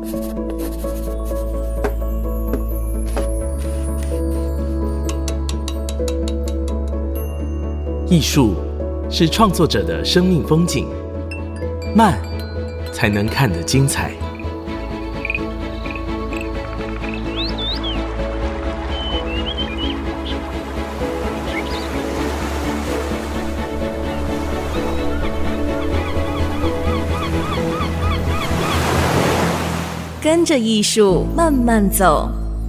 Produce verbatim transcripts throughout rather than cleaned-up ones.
艺术是创作者的生命风景，慢才能看得精彩。 跟着艺术慢慢走。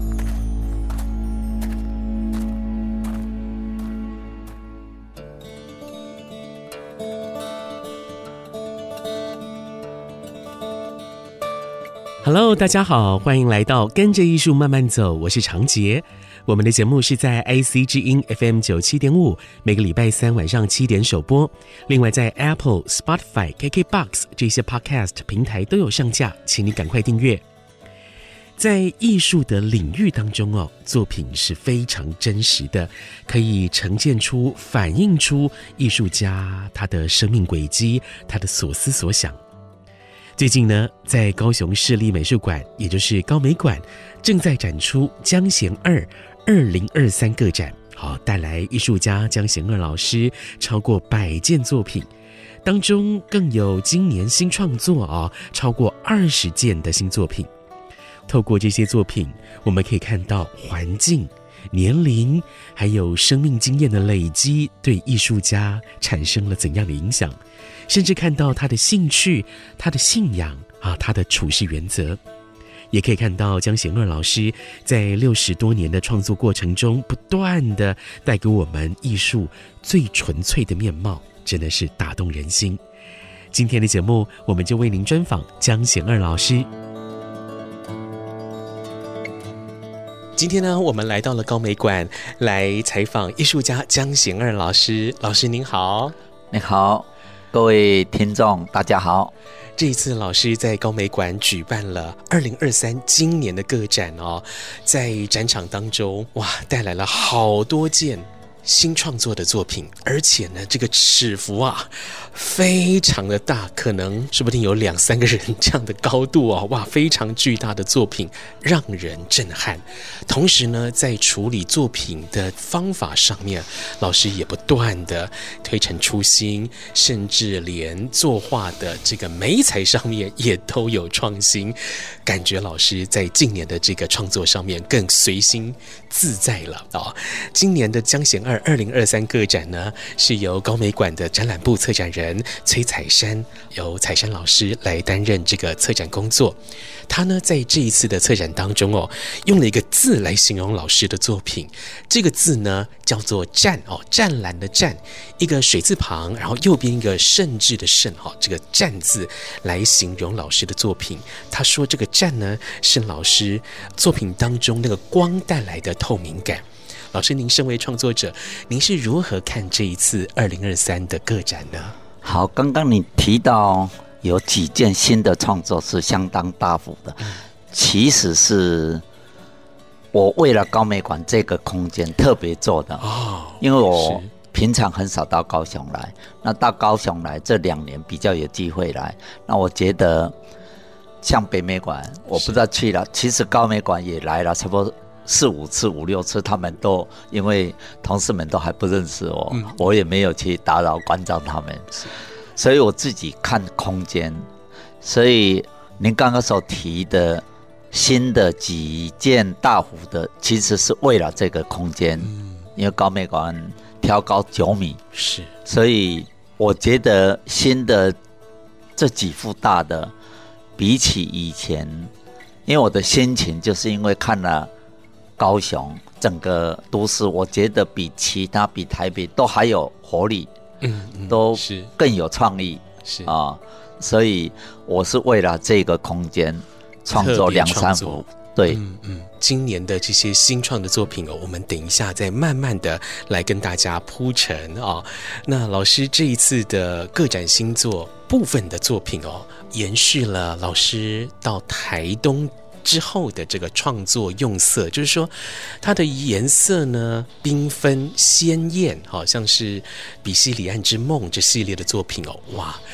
Hello， 大家好，欢迎来到跟着艺术慢慢走，我是长杰。我们的节目是在 I C 之音 F M 九十七点五，每个礼拜三晚上七点首播。另外在 Apple、Spotify、K K B O X 这些 Podcast 平台都有上架，请你赶快订阅。在艺术的领域当中哦，作品是非常真实的，可以呈现出、反映出艺术家他的生命轨迹、他的所思所想。最近呢，在高雄市立美术馆，也就是高美馆，正在展出江贤二二零二三个展，好，带来艺术家江贤二老师超过百件作品，当中更有今年新创作哦，超过二十件的新作品。透过这些作品，我们可以看到环境、年龄还有生命经验的累积对艺术家产生了怎样的影响，甚至看到他的兴趣、他的信仰啊，他的处事原则。也可以看到江贤二老师在六十多年的创作过程中，不断的带给我们艺术最纯粹的面貌，真的是打动人心。今天的节目，我们就为您专访江贤二老师。今天呢，我们来到了高美馆，来采访艺术家江贤二老师。老师您好。 你好，各位听众大家好。 这一次老师在高美馆举办了二零二三今年的个展哦，在展场当中，哇，带来了好多件新创作的作品，而且呢，这个尺幅啊非常的大，可能说不定有两三个人这样的高度哦，哇，非常巨大的作品，让人震撼。同时呢，在处理作品的方法上面，老师也不断的推陈出新，甚至连作画的这个媒材上面也都有创新，感觉老师在近年的这个创作上面更随心自在了哦。今年的江贤二二零二三个展呢，是由高美馆的展览部策展人崔彩珊，由彩珊老师来担任这个策展工作。他呢，在这一次的策展当中哦，用了一个字来形容老师的作品，这个字呢叫做湛哦，湛蓝的湛，一个水字旁，然后右边一个慎制的慎哈、哦，这个湛字来形容老师的作品。他说这个湛呢，是老师作品当中那个光带来的透明感。老师，您身为创作者，您是如何看这一次二零二三的个展呢？ 好，刚刚你提到有几件新的创作是相当大幅的，嗯、其实是我为了高美馆这个空间特别做的哦，因为我平常很少到高雄来，那到高雄来这两年比较有机会来，那我觉得像北美馆，我不知道去了，其实高美馆也来了，差不多。四五次五六次，他们都因为同事们都还不认识我、嗯、我也没有去打扰关照他们，所以我自己看空间。所以您刚刚所提的新的几件大幅的，其实是为了这个空间、嗯、因为高美馆挑高九米， 是， 所以我觉得新的这几幅大的比起以前，因为我的心情就是因为看了高雄整个都市，我觉得比其他比台北都还有活力，嗯，嗯都更有创意，是啊、呃，所以我是为了这个空间创作两三幅，对， 嗯嗯，今年的这些新创的作品哦，我们等一下再慢慢的来跟大家铺陈哦。那老师这一次的个展新作部分的作品哦，延续了老师到台东之后的这个创作用色，就是说它的颜色呢缤纷鲜艳，好像是比西里岸之梦这系列的作品哦，哇，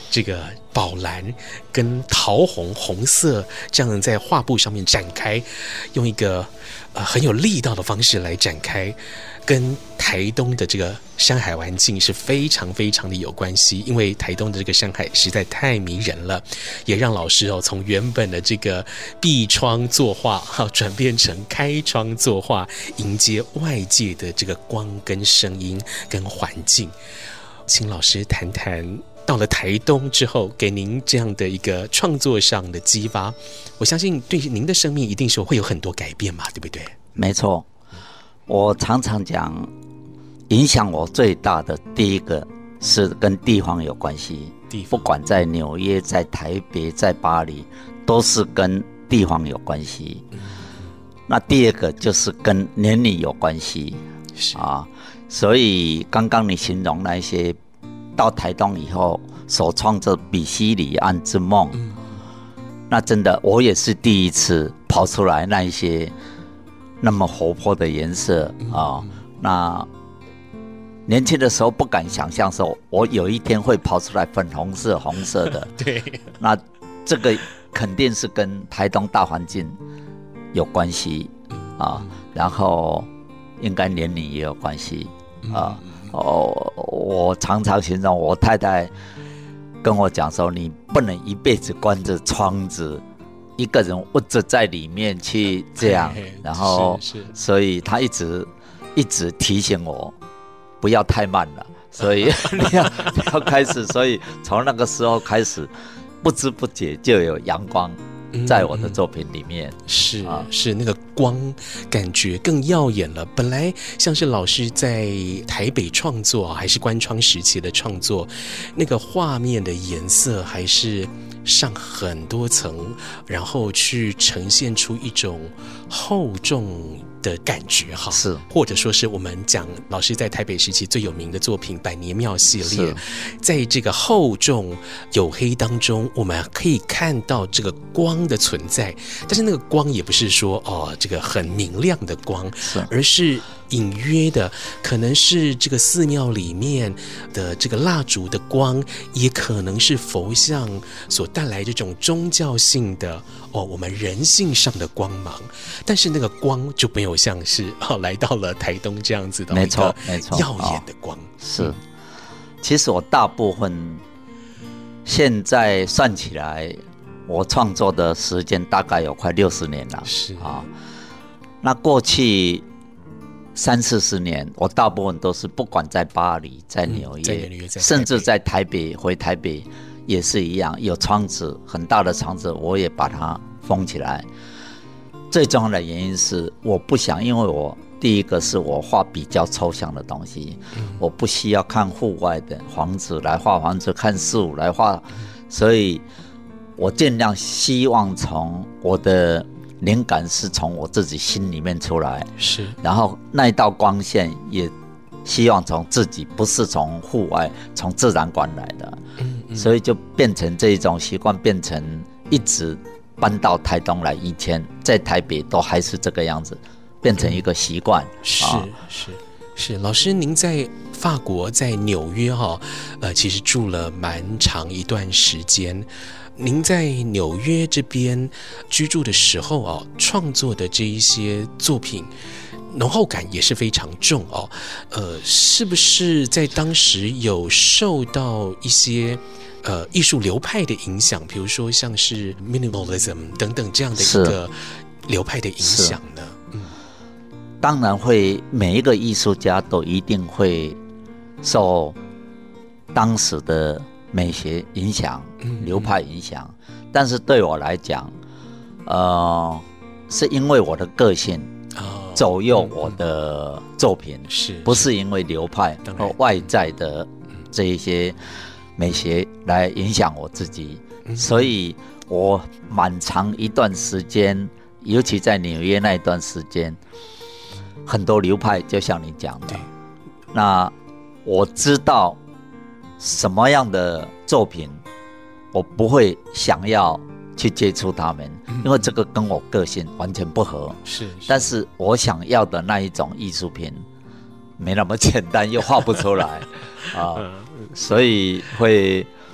这个宝蓝跟桃红红色这样在画布上面展开，用一个呃很有力道的方式来展开，跟台东的这个山海环境是非常非常的有关系，因为台东的这个山海实在太迷人了，也让老师哦从原本的这个闭窗作画哈、啊、转变成开窗作画，迎接外界的这个光跟声音跟环境。请老师谈谈到了台东之后给您这样的一个创作上的激发，我相信对您的生命一定是会有很多改变嘛，对不对？ 没错，我常常讲影响我最大的第一个是跟地方有关系，不管在纽约在台北在巴黎都是跟地方有关系、嗯、那第二个就是跟年龄有关系啊，所以刚刚你形容那些到台东以后所创作比西里岸之梦、嗯、那真的我也是第一次跑出来那一些那么活泼的颜色、嗯、啊，那年轻的时候不敢想象说我有一天会跑出来粉红色红色的对， 那这个肯定是跟台东大环境有关系啊，然后应该年龄也有关系啊。哦，我常常形容我太太跟我讲说，你不能一辈子关着窗子，一个人窝着在里面去这样，然后所以她一直一直提醒我不要太慢了，所以你要你要开始，所以从那个时候开始，不知不觉就有阳光在我的作品里面， 嗯、是、啊、是那个光感觉更耀眼了。本来像是老师在台北创作还是关窗时期的创作，那个画面的颜色还是上很多层，然后去呈现出一种厚重的感觉哈， 是， 或者说是我们讲老师在台北时期最有名的作品《百年庙》系列，在这个厚重黝黑当中，我们可以看到这个光的存在，但是那个光也不是说哦这个很明亮的光，而是隐约的，可能是这个寺庙里面的这个蜡烛的光，也可能是佛像所带来这种宗教性的哦我们人性上的光芒，但是那个光就没有像是哦来到了台东这样子的一个耀眼的光。 是、嗯，其实我大部分现在算起来，我创作的时间大概有快六十年了。 是啊， 那过去三四十年，我大部分都是不管在巴黎、在纽约，嗯、甚至在台北，回台北也是一样，有窗子很大的窗子，我也把它封起来。最重要的原因是，我不想，因为我第一个是我画比较抽象的东西，嗯、我不需要看户外的房子来画房子，看树来画，嗯、所以我尽量希望从我的灵感是从我自己心里面出来， 是， 然后那一道光线也希望从自己，不是从户外、从自然观来的，嗯嗯，所以就变成这一种习惯，变成一直搬到台东来。以前在台北都还是这个样子，变成一个习惯。嗯、 是、啊、是是，老师您在法国，在纽约哈、哦，呃，其实住了蛮长一段时间。您在纽约这边居住的时候啊，创作的这一些作品，浓厚感也是非常重哦。呃，是不是在当时有受到一些呃艺术流派的影响？比如说像是 minimalism 等等这样的一个流派的影响呢？嗯， 当然会，每一个艺术家都一定会受当时的美学影响、流派影响，但是对我来讲，呃，是因为我的个性左右我的作品，是不是因为流派和外在的这一些美学来影响我自己？所以我蛮长一段时间，尤其在纽约那一段时间，很多流派，就像你讲的，那我知道什么样的作品我不会想要去接触他们，因为这个跟我个性完全不合。 是，是， 但是我想要的那一种艺术品没那么简单，又画不出来啊，所以会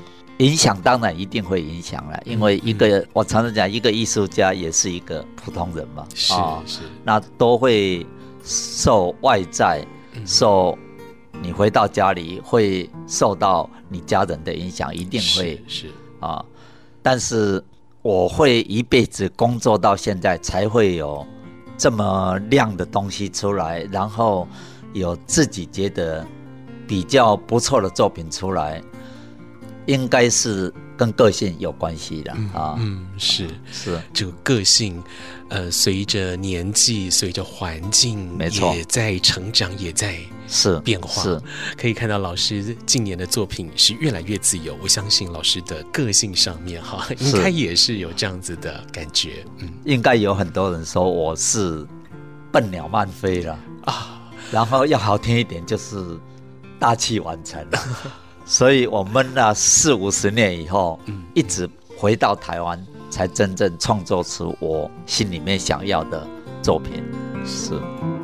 影响当然一定会影响了，因为一个、嗯、我常常讲，一个艺术家也是一个普通人嘛， 是、 哦、 是， 那都会受外在，嗯、受你回到家里会受到你家人的影响，一定会是啊、哦。但是我会一辈子工作到现在，才会有这么亮的东西出来，然后有自己觉得比较不错的作品出来。应该是跟个性有关系的、嗯、啊， 嗯，是是这个个性，呃，随着年纪，随着环境， 没错， 也在成长，也在是变化。 是可以看到老师近年的作品是越来越自由。我相信老师的个性上面哈，应该也是有这样子的感觉。嗯， 应该有很多人说我是笨鸟慢飞了啊，然后要好听一点就是大器晚成了。所以我们呢四五十年以后、嗯、一直回到台湾，才真正创作出我心里面想要的作品。是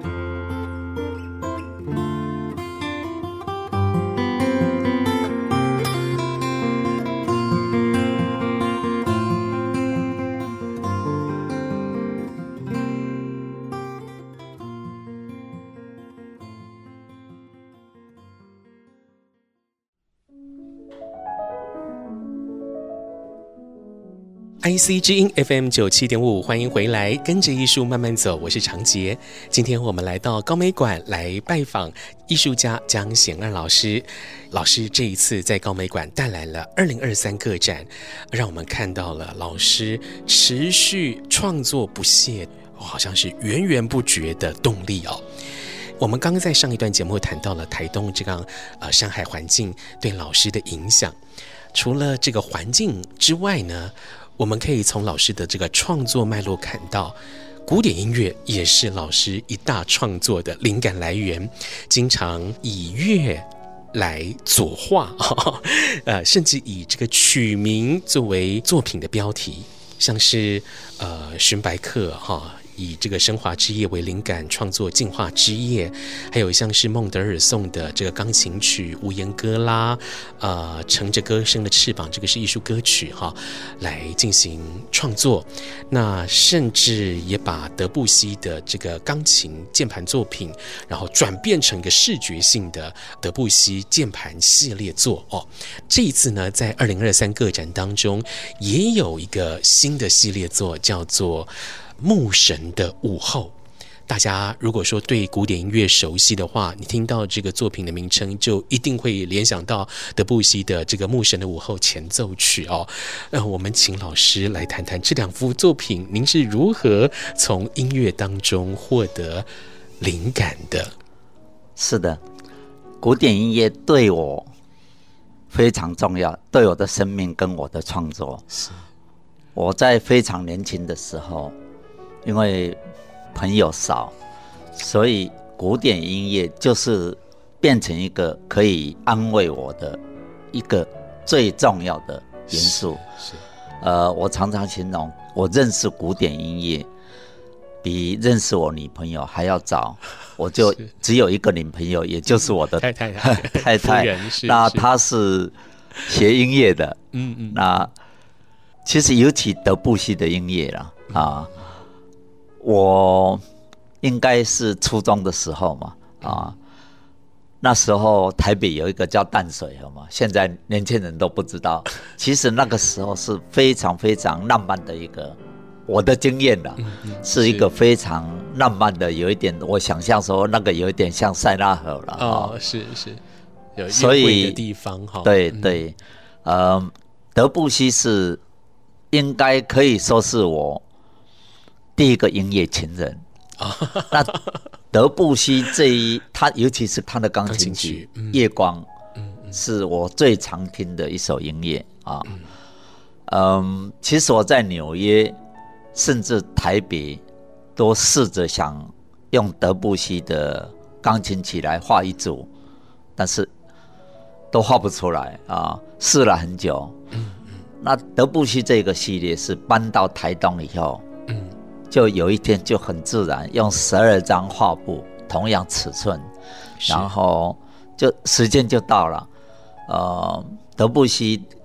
I C 之音 F M 九七点五，欢迎回来，跟着艺术慢慢走，我是常杰。今天我们来到高美馆来拜访艺术家江贤二老师。老师这一次在高美馆带来了二零二三个展，让我们看到了老师持续创作不懈，好像是源源不绝的动力哦。我们刚刚在上一段节目谈到了台东这个呃山海环境对老师的影响，除了这个环境之外呢，我们可以从老师的这个创作脉络看到，古典音乐也是老师一大创作的灵感来源，经常以乐来作画，呃，甚至以这个曲名作为作品的标题，像是呃荀白克哈。以这个升华之夜为灵感创作进化之夜，还有像是孟德尔颂的这个钢琴曲无言歌啦，呃，乘着歌声的翅膀，这个是艺术歌曲哈，来进行创作。那甚至也把德布西的这个钢琴键盘作品，然后转变成一个视觉性的德布西键盘系列作哦。这一次呢，在二零二三个展当中，也有一个新的系列作，叫做牧神的午后。大家如果说对古典音乐熟悉的话，你听到这个作品的名称就一定会联想到德布西的这个牧神的午后前奏曲哦。那我们请老师来谈谈这两幅作品，您是如何从音乐当中获得灵感的？ 是的，古典音乐对我非常重要，对我的生命跟我的创作。是我在非常年轻的时候，因为朋友少，所以古典音乐就是变成一个可以安慰我的一个最重要的元素。是是呃，我常常形容，我认识古典音乐比认识我女朋友还要早。我就只有一个女朋友，也就是我的太太太太。那她是学音乐的，嗯嗯，那其实尤其德布西的音乐啦，啊，我应该是初中的时候嘛，啊，那时候台北有一个叫淡水河嘛，现在年轻人都不知道。其实那个时候是非常非常浪漫的一个，我的经验啦，是一个非常浪漫的，有一点我想象说那个有一点像塞纳河了。 哦，是是，有约会的地方哈。 对对，呃，德布西是应该可以说是我第一个音乐情人。那德布西这一，他尤其是他的钢琴曲《嗯、夜光》，嗯，是我最常听的一首音乐啊。嗯, 嗯，其实我在纽约，甚至台北，都试着想用德布西的钢琴曲来画一组，但是都画不出来啊，试了很久。嗯嗯，那德布西这个系列是搬到台东以后，嗯。就有一天就很自然用十二张画布，同样尺寸，然后就时间就到了。呃，德布西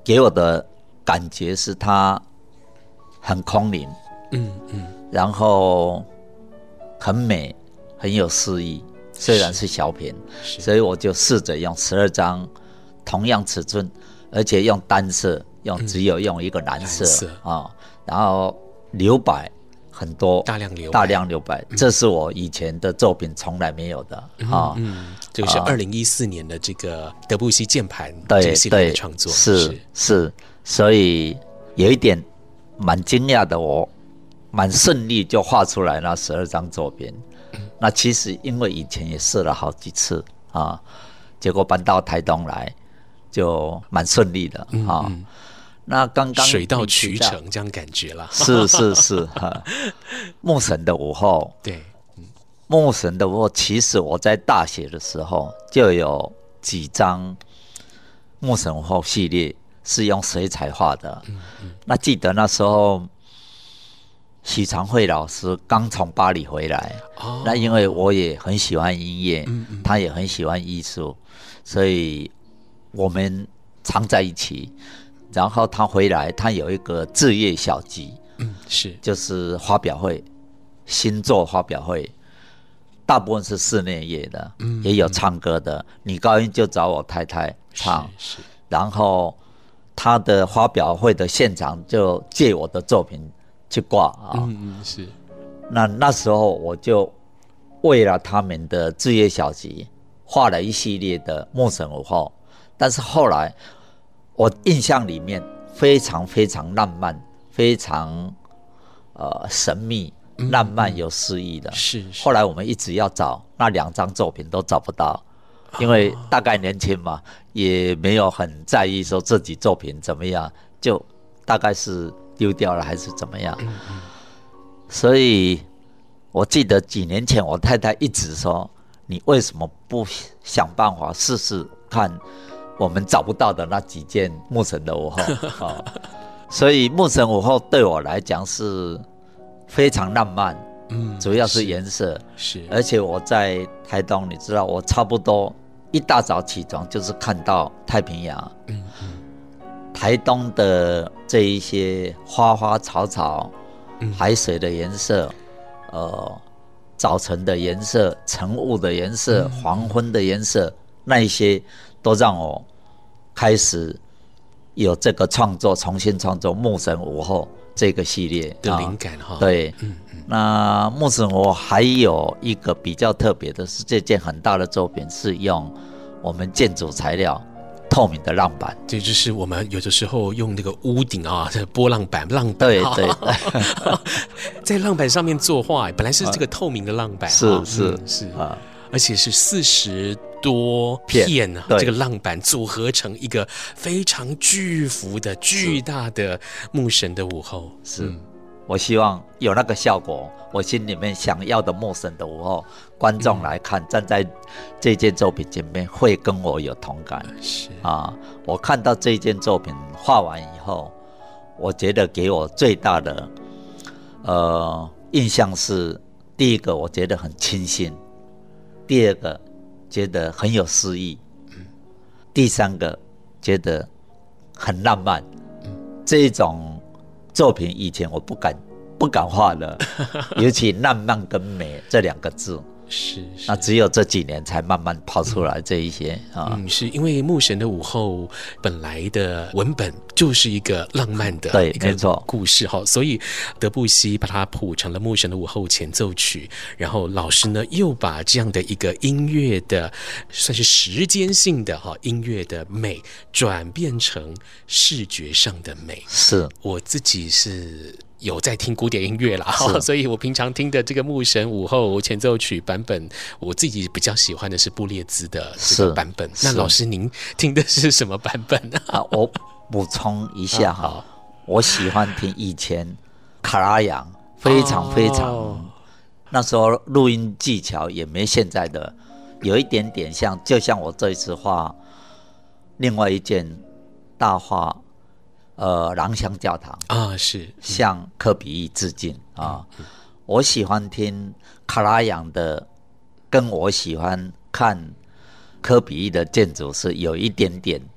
给我的感觉是它很空灵， 嗯嗯， 然后很美，很有诗意。虽然是小品，所以我就试着用十二张同样尺寸，而且用单色，用只有用一个蓝色啊、嗯哦，然后留白很多， 大量留白大量留白，嗯、这是我以前的作品从来没有的啊。 嗯， 哦嗯这个是二零一四年的这个德布西键盘对这个系列的创作， 是 是, 是，所以有一点蛮惊讶的，我蛮顺利就画出来那十二张作品。那其实因为以前也试了好几次啊，结果搬到台东来就蛮顺利的啊。嗯嗯那刚刚水到渠成这样感觉啦。 是是是，牧神的午后， 对， 嗯、牧神的午后，其实我在大学的时候就有几张牧神午后系列是用水彩画的。嗯嗯、那记得那时候。许长惠老师刚从巴黎回来，哦、那因为我也很喜欢音乐，嗯嗯他也很喜欢艺术，所以我们常在一起。然后他回来，他有一个志业小集， 嗯，是， 就是发表会，星座发表会，大部分是室内乐的，嗯、也有唱歌的。你高音就找我太太唱， 是是然后他的发表会的现场就借我的作品。去挂啊、哦， 嗯嗯是。 那那时候我就为了他们的志业小集画了一系列的牧神午后，但是后来我印象里面非常非常浪漫，非常呃神秘、嗯、浪漫有诗意的。 是, 是。 后来我们一直要找那两张作品都找不到，因为大概年轻嘛，也没有很在意说自己作品怎么样，就大概是。丢掉了还是怎么样？嗯嗯所以我记得几年前我太太一直说：“你为什么不想办法试试看我们找不到的那几件牧神的午后？”哦、所以牧神午后对我来讲是非常浪漫，嗯，主要是颜色是，是而且我在台东，你知道，我差不多一大早起床就是看到太平洋，嗯嗯。台东的这一些花花草草、海水的颜色、呃，早晨的颜色、晨雾的颜色、黄昏的颜色，那一些都让我开始有这个创作，重新创作《牧神午后》这个系列的灵感哈。 对，嗯嗯那牧神午后还有一个比较特别的是，这件很大的作品是用我们建筑材料。透明的浪板， 这就是我们有的时候用那个屋顶啊，波浪板、浪板， 对对， 在浪板上面作画，本来是这个透明的浪板， 是是、 嗯、是啊，而且是四十多片啊，这个浪板组合成一个非常巨幅的、巨大的牧神的午后， 是。嗯我希望有那个效果，我心里面想要的牧神的午后，观众来看，嗯、站在这件作品前面会跟我有同感。 是啊，我看到这件作品画完以后，我觉得给我最大的呃印象是，第一个我觉得很清新，第二个觉得很有诗意，嗯、第三个觉得很浪漫，嗯、这种。作品以前我不敢不敢画的，尤其浪漫跟美这两个字， 是, 是那只有这几年才慢慢跑出来这一些啊。 嗯，是因为牧神的午后本来的文本就是一个浪漫的对， 一个故事哈，所以德布西把它谱成了牧神的午后前奏曲，然后老师呢又把这样的一个音乐的算是时间性的哈音乐的美转变成视觉上的美。 是我自己是。有在听古典音乐啦，所以我平常听的这个牧神午后前奏曲版本，我自己比较喜欢的是布列兹的这个版本。那老师您听的是什么版本呢？ 啊，我补充一下哈、啊，我喜欢听以前卡拉扬，非常非常、哦，那时候录音技巧也没现在的，有一点点像，就像我这一次画另外一件大画。呃，廊香教堂啊，是向柯比意致敬啊、嗯嗯！我喜欢听卡拉扬的，跟我喜欢看柯比意的建筑是有一点点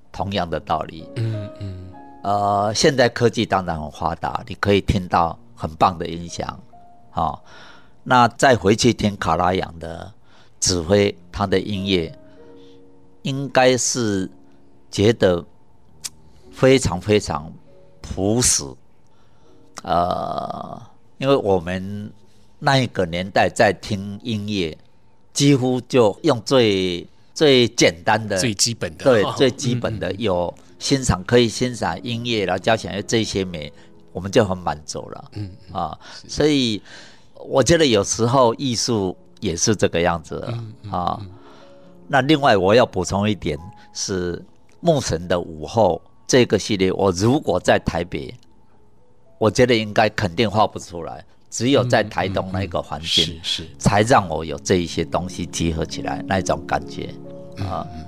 同样的道理。 嗯嗯， 呃，现在科技当然很发达，你可以听到很棒的音响，哦，那再回去听卡拉扬的指挥，他的音乐应该是觉得非常非常朴实。呃，因为我们那一个年代在听音乐，几乎就用最最简单的、 最基本的， 对， 哦、 最基本的、嗯、有欣赏可以欣赏音乐，然后交响乐这些美，我们就很满足了。嗯啊，所以我觉得有时候艺术也是这个样子嗯嗯啊。嗯、那另外我要补充一点是牧神的午后这个系列，我如果在台北，我觉得应该肯定画不出来。只有在台东那个环境，嗯嗯嗯、才让我有这一些东西集合起来那一种感觉啊。嗯嗯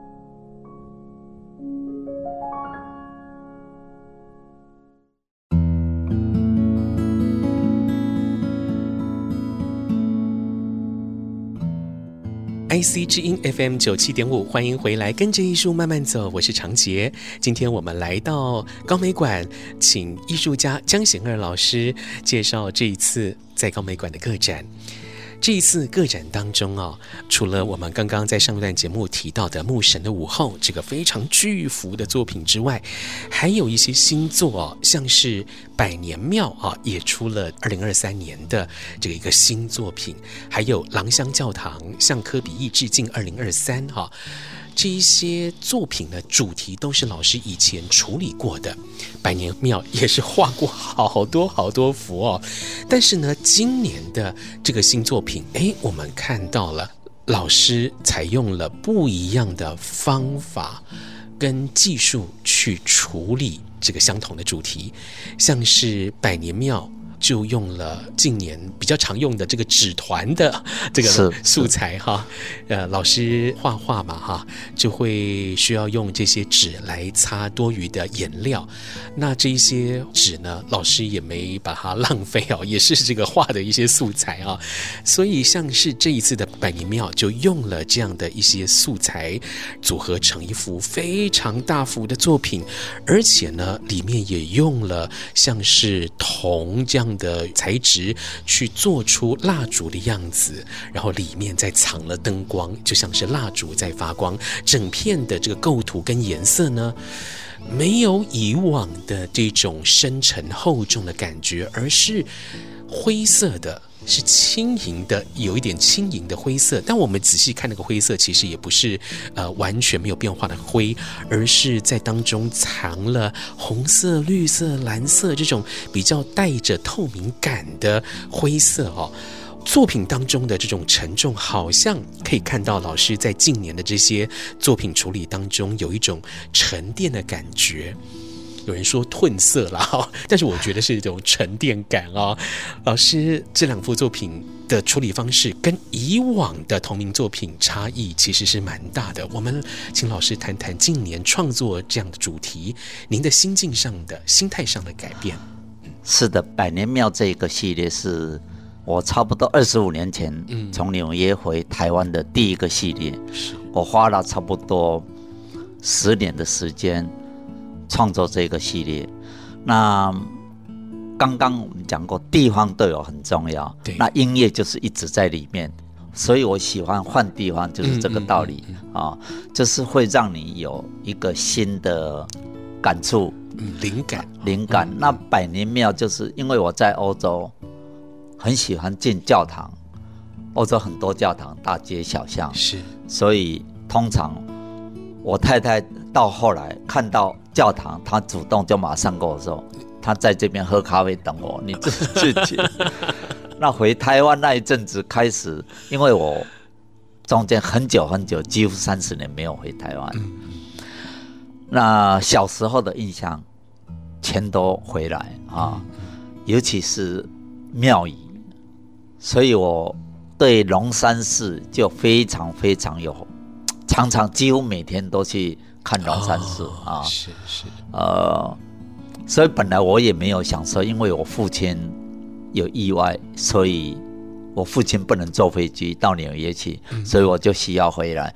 I C 之音 F M 九七点五，欢迎回来，跟着艺术慢慢走，我是常杰。今天我们来到高美馆，请艺术家江显二老师介绍这一次在高美馆的个展。这一次个展当中哦，除了我们刚刚在上段节目提到的牧神的午后这个非常巨幅的作品之外，还有一些新作哦，像是百年庙啊，也出了二零二三年的这个一个新作品，还有郎香教堂向柯比意致敬二零二三哈。这一些作品的主题都是老师以前处理过的，百年庙也是画过好多好多幅哦。但是呢，今年的这个新作品，哎，我们看到了老师采用了不一样的方法跟技术去处理这个相同的主题，像是百年庙就用了近年比较常用的这个纸团的这个素材哈，呃，老师画画嘛哈，就会需要用这些纸来擦多余的颜料。那这一些纸呢，老师也没把它浪费哦，也是这个画的一些素材啊。所以像是这一次的百年庙就用了这样的一些素材，组合成一幅非常大幅的作品，而且呢，里面也用了像是铜这样的材质去做出蜡烛的样子，然后里面再藏了灯光，就像是蜡烛在发光。整片的这个构图跟颜色呢，没有以往的这种深沉厚重的感觉，而是灰色的，是轻盈的，有一点轻盈的灰色。但我们仔细看那个灰色，其实也不是呃完全没有变化的灰，而是在当中藏了红色、绿色、蓝色这种比较带着透明感的灰色哦。作品当中的这种沉重，好像可以看到老师在近年的这些作品处理当中有一种沉淀的感觉。有人说褪色啦，但是我觉得是一种沉淀感哦。老师这两幅作品的处理方式跟以往的同名作品差异其实是蛮大的。我们请老师谈谈近年创作这样的主题，您的心境上的、心态上的改变。 是的，百年庙这个系列是我差不多二十五年前从纽约回台湾的第一个系列，嗯、我花了差不多十年的时间创作这个系列。那刚刚我们讲过，地方对我很重要，那音乐就是一直在里面，所以我喜欢换地方，就是这个道理、嗯嗯嗯啊、就是会让你有一个新的感触、 灵感、 灵感。嗯、那百年庙就是因为我在欧洲很喜欢进教堂，欧洲很多教堂，大街小巷， 是， 所以通常我太太到后来看到教堂，她主动就马上跟我说，她在这边喝咖啡等我，你自己去。那回台湾那一阵子开始，因为我中间很久很久，几乎三十年没有回台湾，嗯、那小时候的印象全都回来啊，尤其是庙宇，所以我对龙山寺就非常非常有，常常几乎每天都去看龙山寺、哦、啊， 是是， 呃，所以本来我也没有想说，因为我父亲有意外，所以我父亲不能坐飞机到纽约去，嗯、所以我就需要回来。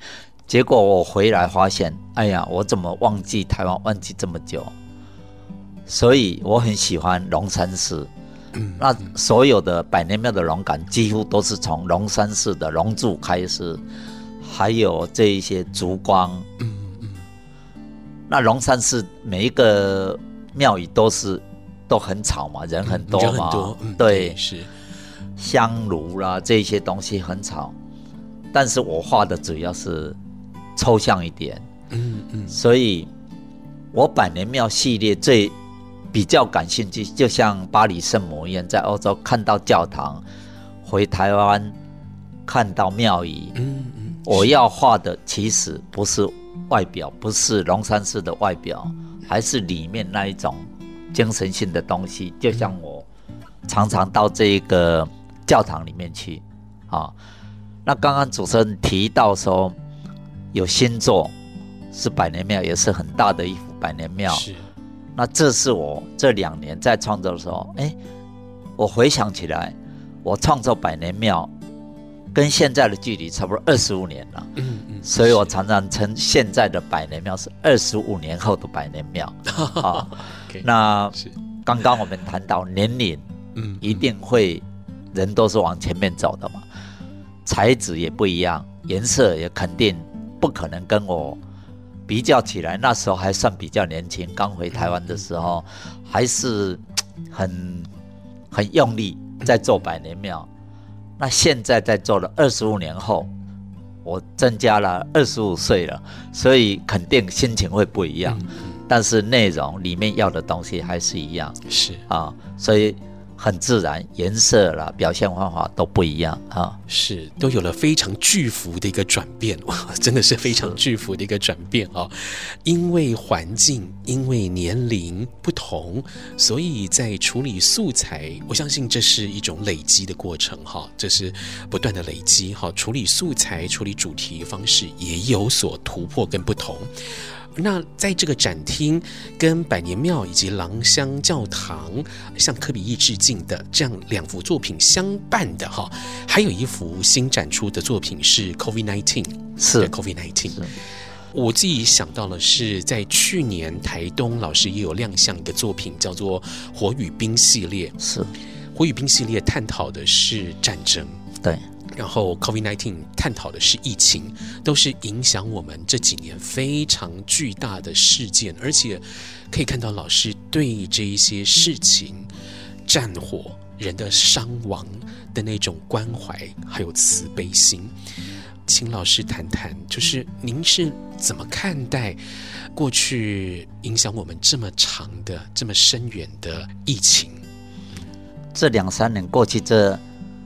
结果我回来发现，哎呀，我怎么忘记台湾忘记这么久？所以我很喜欢龙山寺。嗯、那所有的百年庙的龙杆几乎都是从龙山寺的龙柱开始，还有这一些烛光。嗯嗯、那龙山寺每一个庙宇都是都很吵嘛，人很多嘛，嗯、人很多嗯、对，是香炉啦这些东西很吵。但是我画的主要是抽象一点，嗯嗯，所以我百年庙系列最比较感兴趣，就像巴黎圣母院在欧洲看到教堂，回台湾看到庙宇，嗯嗯，我要画的其实不是外表，不是龙山寺的外表，还是里面那一种精神性的东西。就像我常常到这个教堂里面去啊。那刚刚主持人提到说有新作是百年庙，也是很大的一幅百年庙。是。那这是我这两年在创作的时候，哎，我回想起来，我创作百年庙跟现在的距离差不多二十五年了。嗯嗯。所以我常常称现在的百年庙是二十五年后的百年庙。啊，那刚刚我们谈到年龄，嗯，一定会人都是往前面走的嘛。材质也不一样，颜色也肯定不可能跟我比较起来。那时候还算比较年轻，刚回台湾的时候，还是很很用力在做百年庙。那现在在做了二十五年后，我增加了二十五岁了，所以肯定心情会不一样，嗯嗯、但是内容里面要的东西还是一样。是啊，所以。很自然，颜色啦、表现方法都不一样啊， 是都有了非常巨幅的一个转变，哇，真的是非常巨幅的一个转变啊！因为环境，因为年龄不同，所以在处理素材，我相信这是一种累积的过程哈，这是不断的累积哈。处理素材、处理主题方式也有所突破跟不同。那在这个展厅跟百年庙以及郎香教堂向柯比意致敬的这样两幅作品相伴的哈，还有一幅新展出的作品是 COVID 十九， 是 COVID 十九。我自己想到了是在去年台东老师也有亮相一个作品叫做火与冰系列，是火与冰系列探讨的是战争，对。然后 COVID 十九 探讨的是疫情，都是影响我们这几年非常巨大的事件，而且可以看到老师对这一些事情、战火、人的伤亡的那种关怀还有慈悲心。请老师谈谈，就是您是怎么看待过去影响我们这么长的、这么深远的疫情？ 这两三年过去，这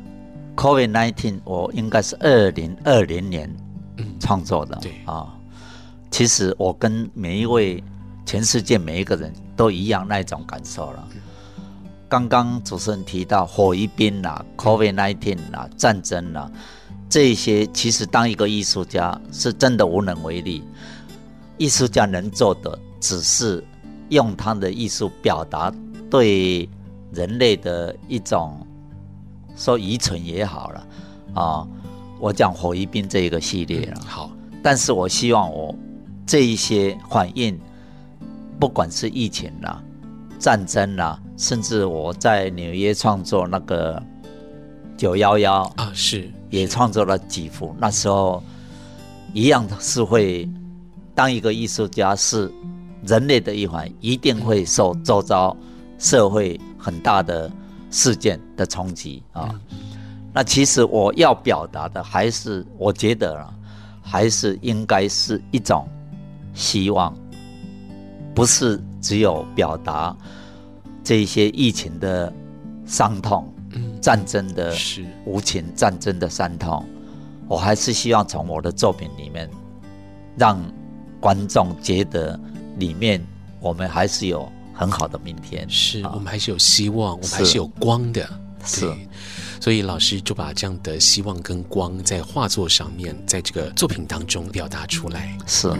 COVID 十九 我应该是二零二零年创作的，嗯、对啊。其实我跟每一位全世界每一个人都一样那种感受了。刚刚主持人提到火与冰啦、COVID 十九 啦、战争啦，这些其实当一个艺术家是真的无能为力。艺术家能做的只是用他的艺术表达对人类的一种。说愚蠢也好了啊，我讲火与冰这一个系列了、嗯，好，但是我希望我这一些反映，不管是疫情啦、战争啦，甚至我在纽约创作那个九一一啊，是也创作了几幅，那时候一样是会当一个艺术家是人类的一环，一定会受周遭社会很大的。事件的冲击啊，那其实我要表达的还是，我觉得啊，还是应该是一种希望，不是只有表达这些疫情的伤痛、嗯、战争的无情、战争的伤痛，我还是希望从我的作品里面，让观众觉得里面我们还是有。很好的明天， 是、啊、我们还是有希望，我们还是有光的，是。所以老师就把这样的希望跟光在画作上面，在这个作品当中表达出来，是。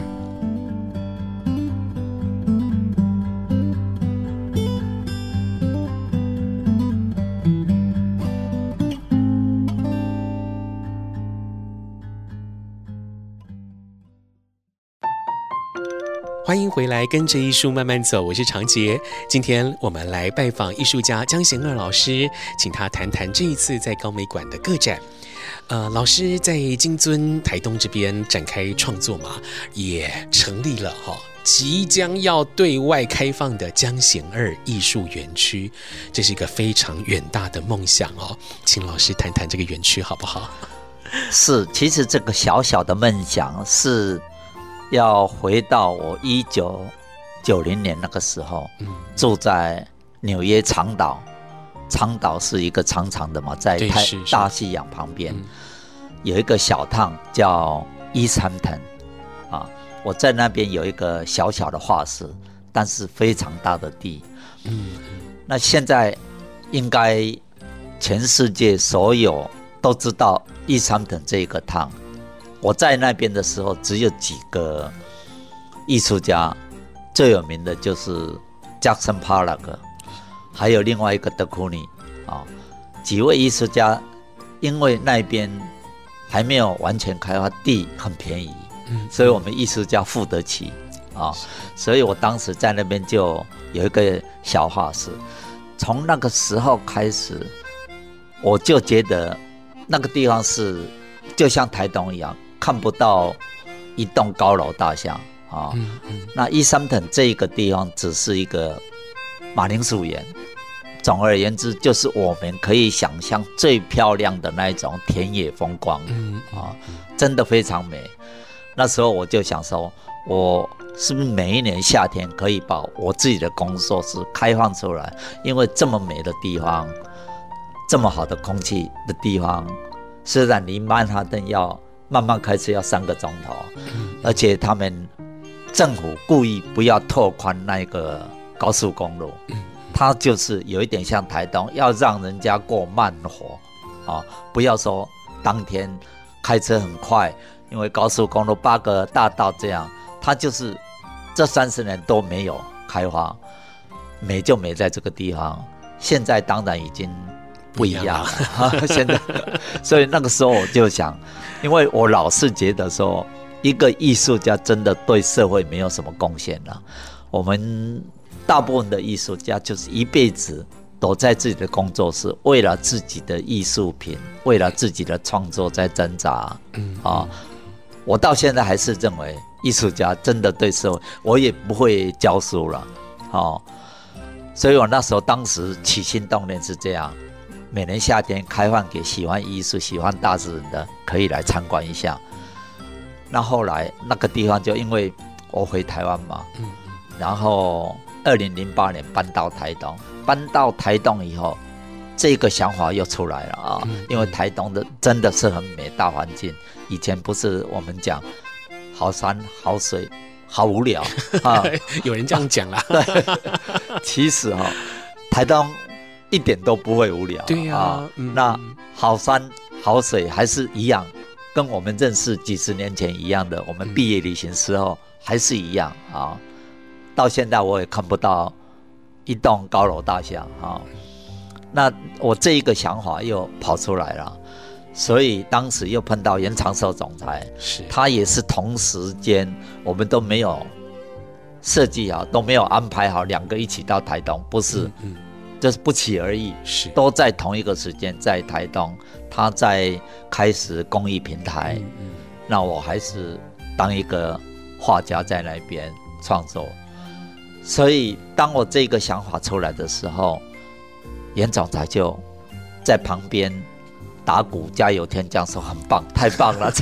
欢迎回来，跟着艺术慢慢走，我是常杰。今天我们来拜访艺术家江贤二老师，请他谈谈这一次在高美馆的个展。呃，老师在金樽台东这边展开创作嘛，也成立了哈、哦，即将要对外开放的江贤二艺术园区，这是一个非常远大的梦想哦。请老师谈谈这个园区好不好？ 是，其实这个小小的梦想是要回到我一九九零年那个时候，嗯、住在纽约长岛。长岛是一个长长的嘛，在太大西洋旁边、嗯、有一个小趟叫 East Hampton 啊，我在那边有一个小小的画室，但是非常大的地。嗯，那现在应该全世界所有都知道 East Hampton 这个趟。我在那边的时候，只有几个艺术家，最有名的就是 Jackson Pollock。还有另外一个德库尼啊，几位艺术家，因为那边还没有完全开发，地很便宜，嗯、所以我们艺术家付得起啊，所以我当时在那边就有一个小画室。从那个时候开始，我就觉得那个地方是就像台东一样，看不到一栋高楼大厦啊。嗯嗯、那East Hampton这个地方只是一个马铃薯园。总而言之，就是我们可以想象最漂亮的那一种田野风光，嗯啊，真的非常美。那时候我就想说，我是不是每一年夏天可以把我自己的工作室开放出来？因为这么美的地方，这么好的空气的地方，虽然离曼哈顿要慢慢开车要三个钟头，而且他们政府故意不要拓宽那个高速公路。它就是有一点像台东，要让人家过慢活、哦、不要说当天开车很快，因为高速公路八个大道这样，它就是这三十年都没有开发，美就美在这个地方。现在当然已经不一样了，现在，所以那个时候我就想，因为我老是觉得说，一个艺术家真的对社会没有什么贡献了，我们。大部分的艺术家就是一辈子都在自己的工作室，为了自己的艺术品，为了自己的创作在挣扎。嗯啊，我到现在还是认为艺术家真的对社会，我也不会教书了。哦，所以我那时候当时起心动念是这样，每年夏天开放给喜欢艺术、喜欢大自然的可以来参观一下。那后来那个地方就因为我回台湾嘛，嗯，然后。二零零八年搬到台东，搬到台东以后，这个想法又出来了啊！嗯、因为台东的真的是很美大环境，以前不是我们讲好山好水好无聊啊， 有人这样讲啦。 对，其实哈、哦，台东一点都不会无聊。 对呀、啊嗯，那好山好水还是一样，跟我们认识几十年前一样的，我们毕业旅行时候还是一样啊。到现在我也看不到一栋高楼大厦啊，那我这一个想法又跑出来了，所以当时又碰到严长寿总裁，是他也是同时间我们都没有设计好，都没有安排好两个一起到台东，不是，嗯嗯、就是不期而遇，是都在同一个时间在台东，他在开始公益平台，嗯嗯、那我还是当一个画家在那边创作。所以当我这个想法出来的时候，严总裁就在旁边打鼓加油添酱说很棒，太棒了。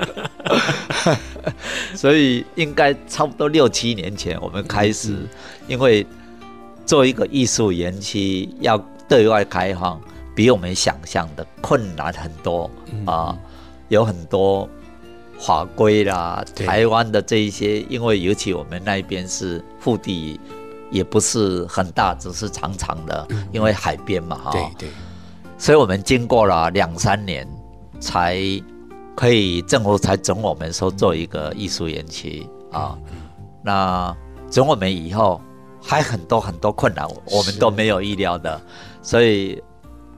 所以应该差不多六七年前我们开始，嗯、因为做一个艺术园区要对外开放，比我们想象的困难很多、嗯、啊，有很多法规啦，台湾的这一些，因为尤其我们那边是腹地也不是很大，只是长长的，嗯、因为海边嘛，哈，对对，所以我们经过了两三年，才可以政府才准我们说做一个艺术园区啊。嗯、那准我们以后还很多很多困难，我们都没有意料的，所以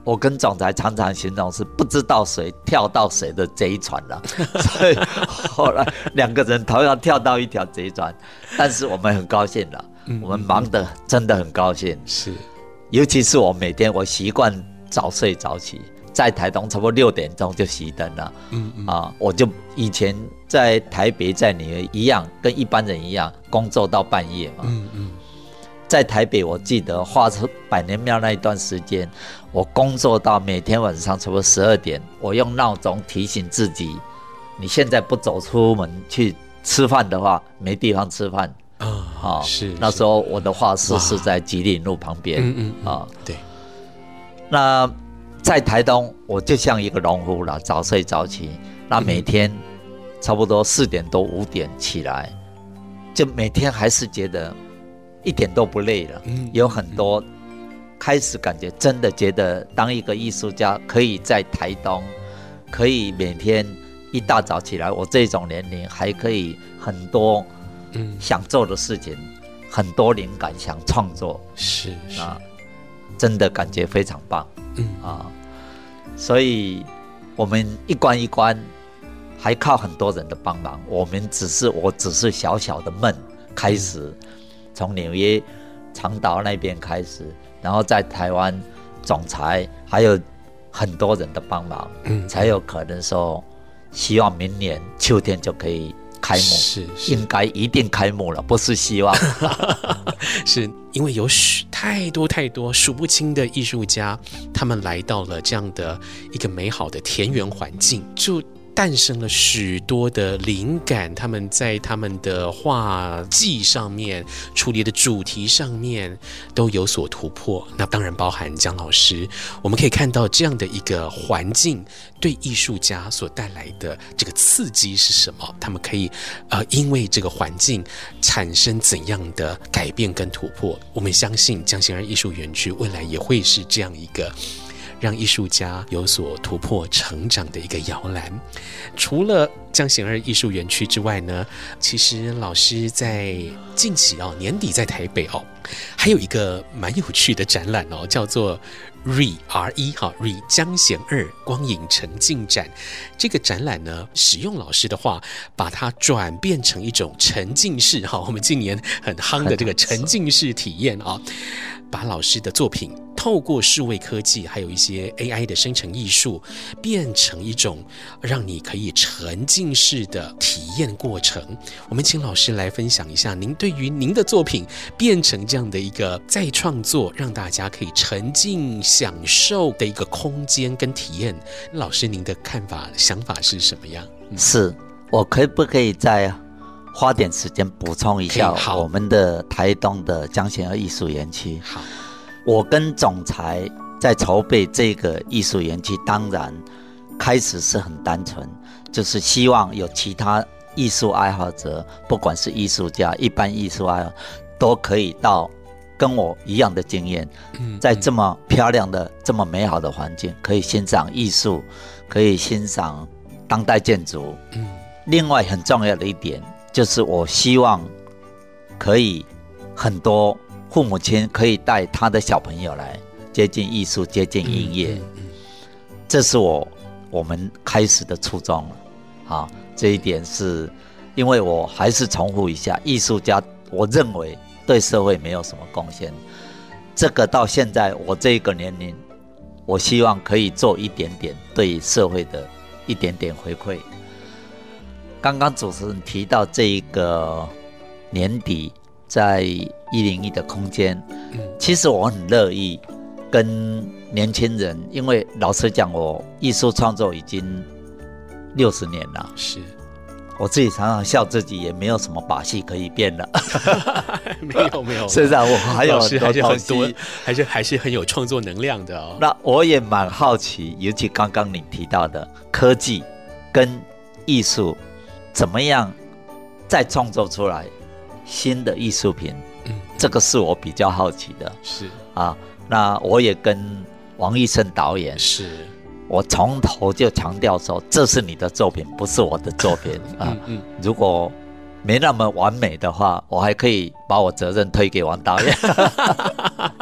我跟总裁常常形容是不知道谁跳到谁的贼船了，所以后来两个人同样跳到一条贼船，但是我们很高兴了，嗯、我们忙得真的很高兴。 是， 尤其是我每天我习惯早睡早起，在台东差不多六点钟就熄灯了。嗯嗯啊，我就以前在台北在纽约一样，跟一般人一样工作到半夜嘛。嗯嗯。在台北，我记得画出百年庙那一段时间，我工作到每天晚上差不多十二点，我用闹钟提醒自己，你现在不走出门去吃饭的话，没地方吃饭。啊、哦，是。那时候我的画室是在吉林路旁边。嗯嗯啊、哦，对。那在台东，我就像一个农夫了，早睡早起。那每天差不多四点多五点起来，就每天还是觉得一点都不累了。嗯、有很多开始感觉真的觉得当一个艺术家可以在台东，可以每天一大早起来，我这种年龄还可以很多想做的事情，嗯、很多灵感想创作，是是啊，真的感觉非常棒。嗯啊，所以我们一关一关还靠很多人的帮忙，我们只是我只是小小的梦开始。嗯，从纽约长岛那边开始，然后在台湾总裁还有很多人的帮忙，嗯，才有可能说希望明年秋天就可以开幕，是是应该一定开幕了，不是希望。 是因为有许太多太多数不清的艺术家，他们来到了这样的一个美好的田园环境，就诞生了许多的灵感，他们在他们的画技上面处理的主题上面都有所突破。那当然包含姜老师，我们可以看到这样的一个环境对艺术家所带来的这个刺激是什么，他们可以呃因为这个环境产生怎样的改变跟突破。我们相信江贤二艺术园区未来也会是这样一个让艺术家有所突破成长的一个摇篮。除了江贤二艺术园区之外呢，其实老师在近期哦年底在台北哦，还有一个蛮有趣的展览哦，叫做 R R 一哈 R 江贤二光影沉浸展。这个展览呢，使用老师的话，把它转变成一种沉浸式哈，我们近年很夯的这个沉浸式体验啊，把老师的作品透过数位科技还有一些 A I 的生成艺术，变成一种让你可以沉浸式的体验过程。我们请老师来分享一下您对于您的作品变成这样的一个再创作，让大家可以沉浸享受的一个空间跟体验。老师您的看法想法是什么样？ 嗯、是我可不可以再花点时间补充一下我们的台东的江贤二艺术园区？好，我跟总裁在筹备这个艺术园区，当然开始是很单纯，就是希望有其他艺术爱好者，不管是艺术家、一般艺术爱好，都可以到跟我一样的经验，在这么漂亮的、这么美好的环境，可以欣赏艺术，可以欣赏当代建筑。另外很重要的一点，就是我希望可以很多父母亲可以带他的小朋友来接近艺术、接近音乐，嗯嗯嗯、这是我我们开始的初衷。好，这一点是因为我还是重复一下，艺术家我认为对社会没有什么贡献，这个到现在我这个年龄，我希望可以做一点点对社会的一点点回馈。刚刚主持人提到这一个年底在一零一的空间，其实我很乐意跟年轻人，因为老实讲，我艺术创作已经六十年了，是我自己常常笑自己也没有什么把戏可以变了。 没有没有， 虽然我还有很多还是很多，还是还是很有创作能量的哦。 那我也蛮好奇，尤其刚刚你提到的科技跟艺术怎么样再创作出来新的艺术品，嗯，这个是我比较好奇的。是啊，那我也跟王玉胜导演，是我从头就强调说，这是你的作品，不是我的作品啊。嗯嗯、如果没那么完美的话，我还可以把我责任推给王导演。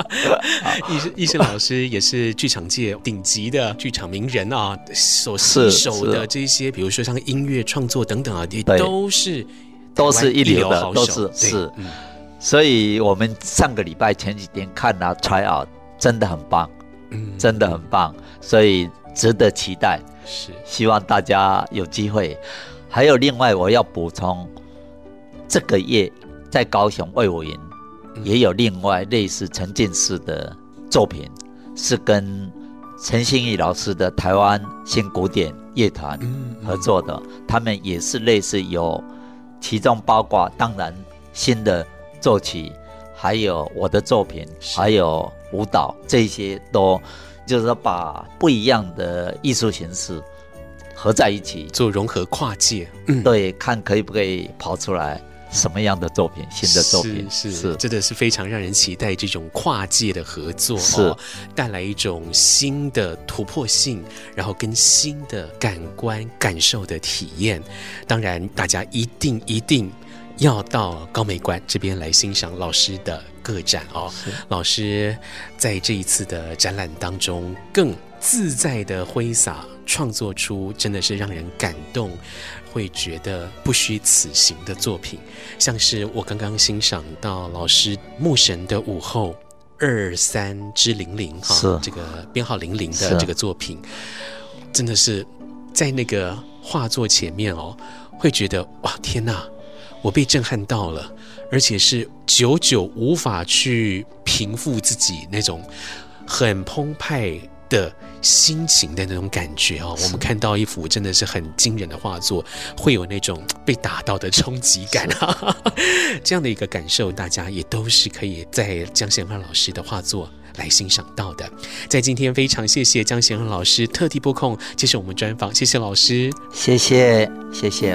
医生医生老师也是剧场界顶级的剧场名人啊，所吸手的这些，比如说像音乐创作等等啊，也都是都是一流的，都是是、 嗯。 所以我们上个礼拜前几天看了 try out， 真的很棒，嗯，真的很棒，所以值得期待。 是， 希望大家有机会。还有另外我要补充，这个月在高雄卫武营也有另外类似沉浸式的作品，是跟陈信义老师的台湾新古典乐团合作的，他们也是类似有，其中包括当然新的作曲，还有我的作品，还有舞蹈，这些都就是说把不一样的艺术形式合在一起， 做融合跨界， 嗯、对，看可以不可以跑出来什么样的作品，新的作品， 是 是, 是真的是非常让人期待这种跨界的合作， 是、哦、 带来一种新的突破性，然后跟新的感官感受的体验。当然，大家一定一定要到高美馆这边来欣赏老师的个展哦。老师在这一次的展览当中，更自在的挥洒，创作出真的是让人感动，会觉得不虚此行的作品。像是我刚刚欣赏到老师牧神的午后二三之零零哈，这个编号零零的这个作品，真的是在那个画作前面哦，会觉得哇天哪，我被震撼到了，而且是久久无法去平复自己那种很澎湃的心情的那种感觉哦。我们看到一幅真的是很惊人的画作，会有那种被打到的冲击感啊，这样的一个感受，大家也都是可以在江贤汉老师的画作来欣赏到的。在今天非常谢谢江贤汉老师特地拨空接受我们专访，谢谢老师， 谢谢谢谢。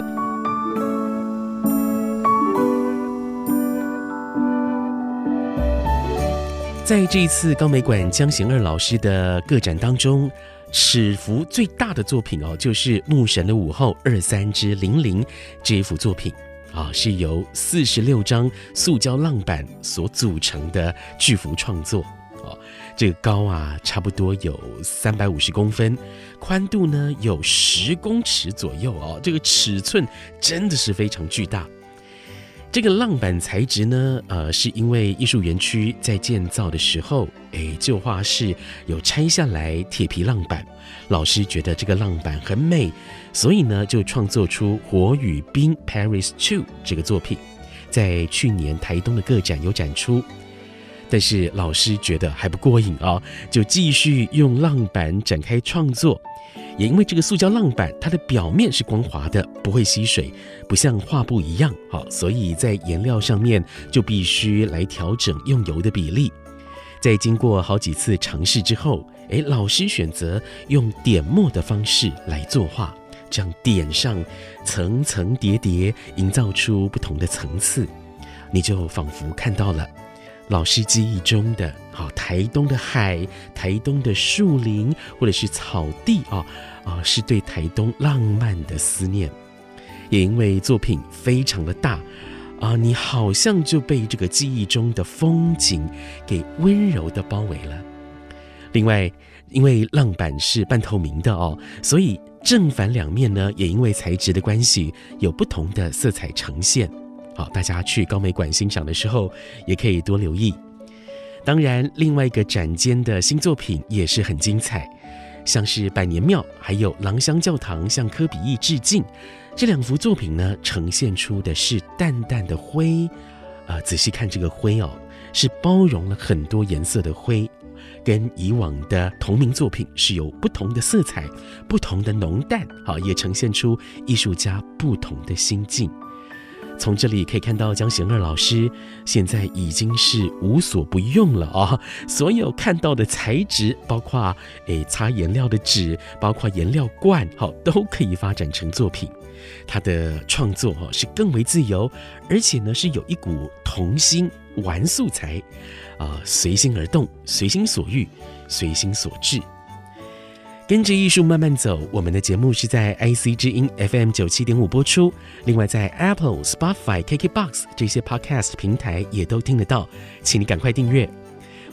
在这一次高美馆江贤二老师的个展当中，尺幅最大的作品哦，就是牧神的午后二三之零零这一幅作品啊，是由四十六张塑胶浪板所组成的巨幅创作哦。这个高啊，差不多有三百五十公分，宽度呢有十公尺左右哦，这个尺寸真的是非常巨大。这个浪板材质呢，呃，是因为艺术园区在建造的时候，哎，旧画室有拆下来铁皮浪板，老师觉得这个浪板很美，所以呢，就创作出《火与冰 Paris two》这个作品，在去年台东的个展有展出。但是老师觉得还不过瘾啊，就继续用浪板展开创作。也因为这个塑胶浪板它的表面是光滑的，不会吸水，不像画布一样，所以在颜料上面就必须来调整用油的比例。在经过好几次尝试之后，诶，老师选择用点墨的方式来作画，这样点上层层叠叠，营造出不同的层次，你就仿佛看到了老师记忆中的好台东的海、台东的树林或者是草地啊啊，是对台东浪漫的思念。也因为作品非常的大啊，你好像就被这个记忆中的风景给温柔的包围了。另外，因为浪板是半透明的哦，所以正反两面呢，也因为材质的关系，有不同的色彩呈现。好，大家去高美馆欣赏的时候也可以多留意。当然，另外一个展间的新作品也是很精彩，像是百年庙还有郎香教堂向柯比意致敬，这两幅作品呢，呈现出的是淡淡的灰，呃，仔细看这个灰哦，是包容了很多颜色的灰，跟以往的同名作品是有不同的色彩、不同的浓淡，好，也呈现出艺术家不同的心境。从这里可以看到江贤二老师现在已经是无所不用了哦，所有看到的材质，包括诶擦颜料的纸，包括颜料罐，好，都可以发展成作品。他的创作是更为自由，而且呢是有一股童心玩素材啊，随心而动，随心所欲，随心所至。跟着艺术慢慢走，我们的节目是在 I C 之音 F M 九七点五播出，另外在 Apple、Spotify、K K B O X 这些 Podcast 平台也都听得到，请你赶快订阅。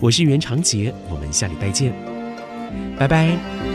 我是袁长杰，我们下礼拜见，拜拜。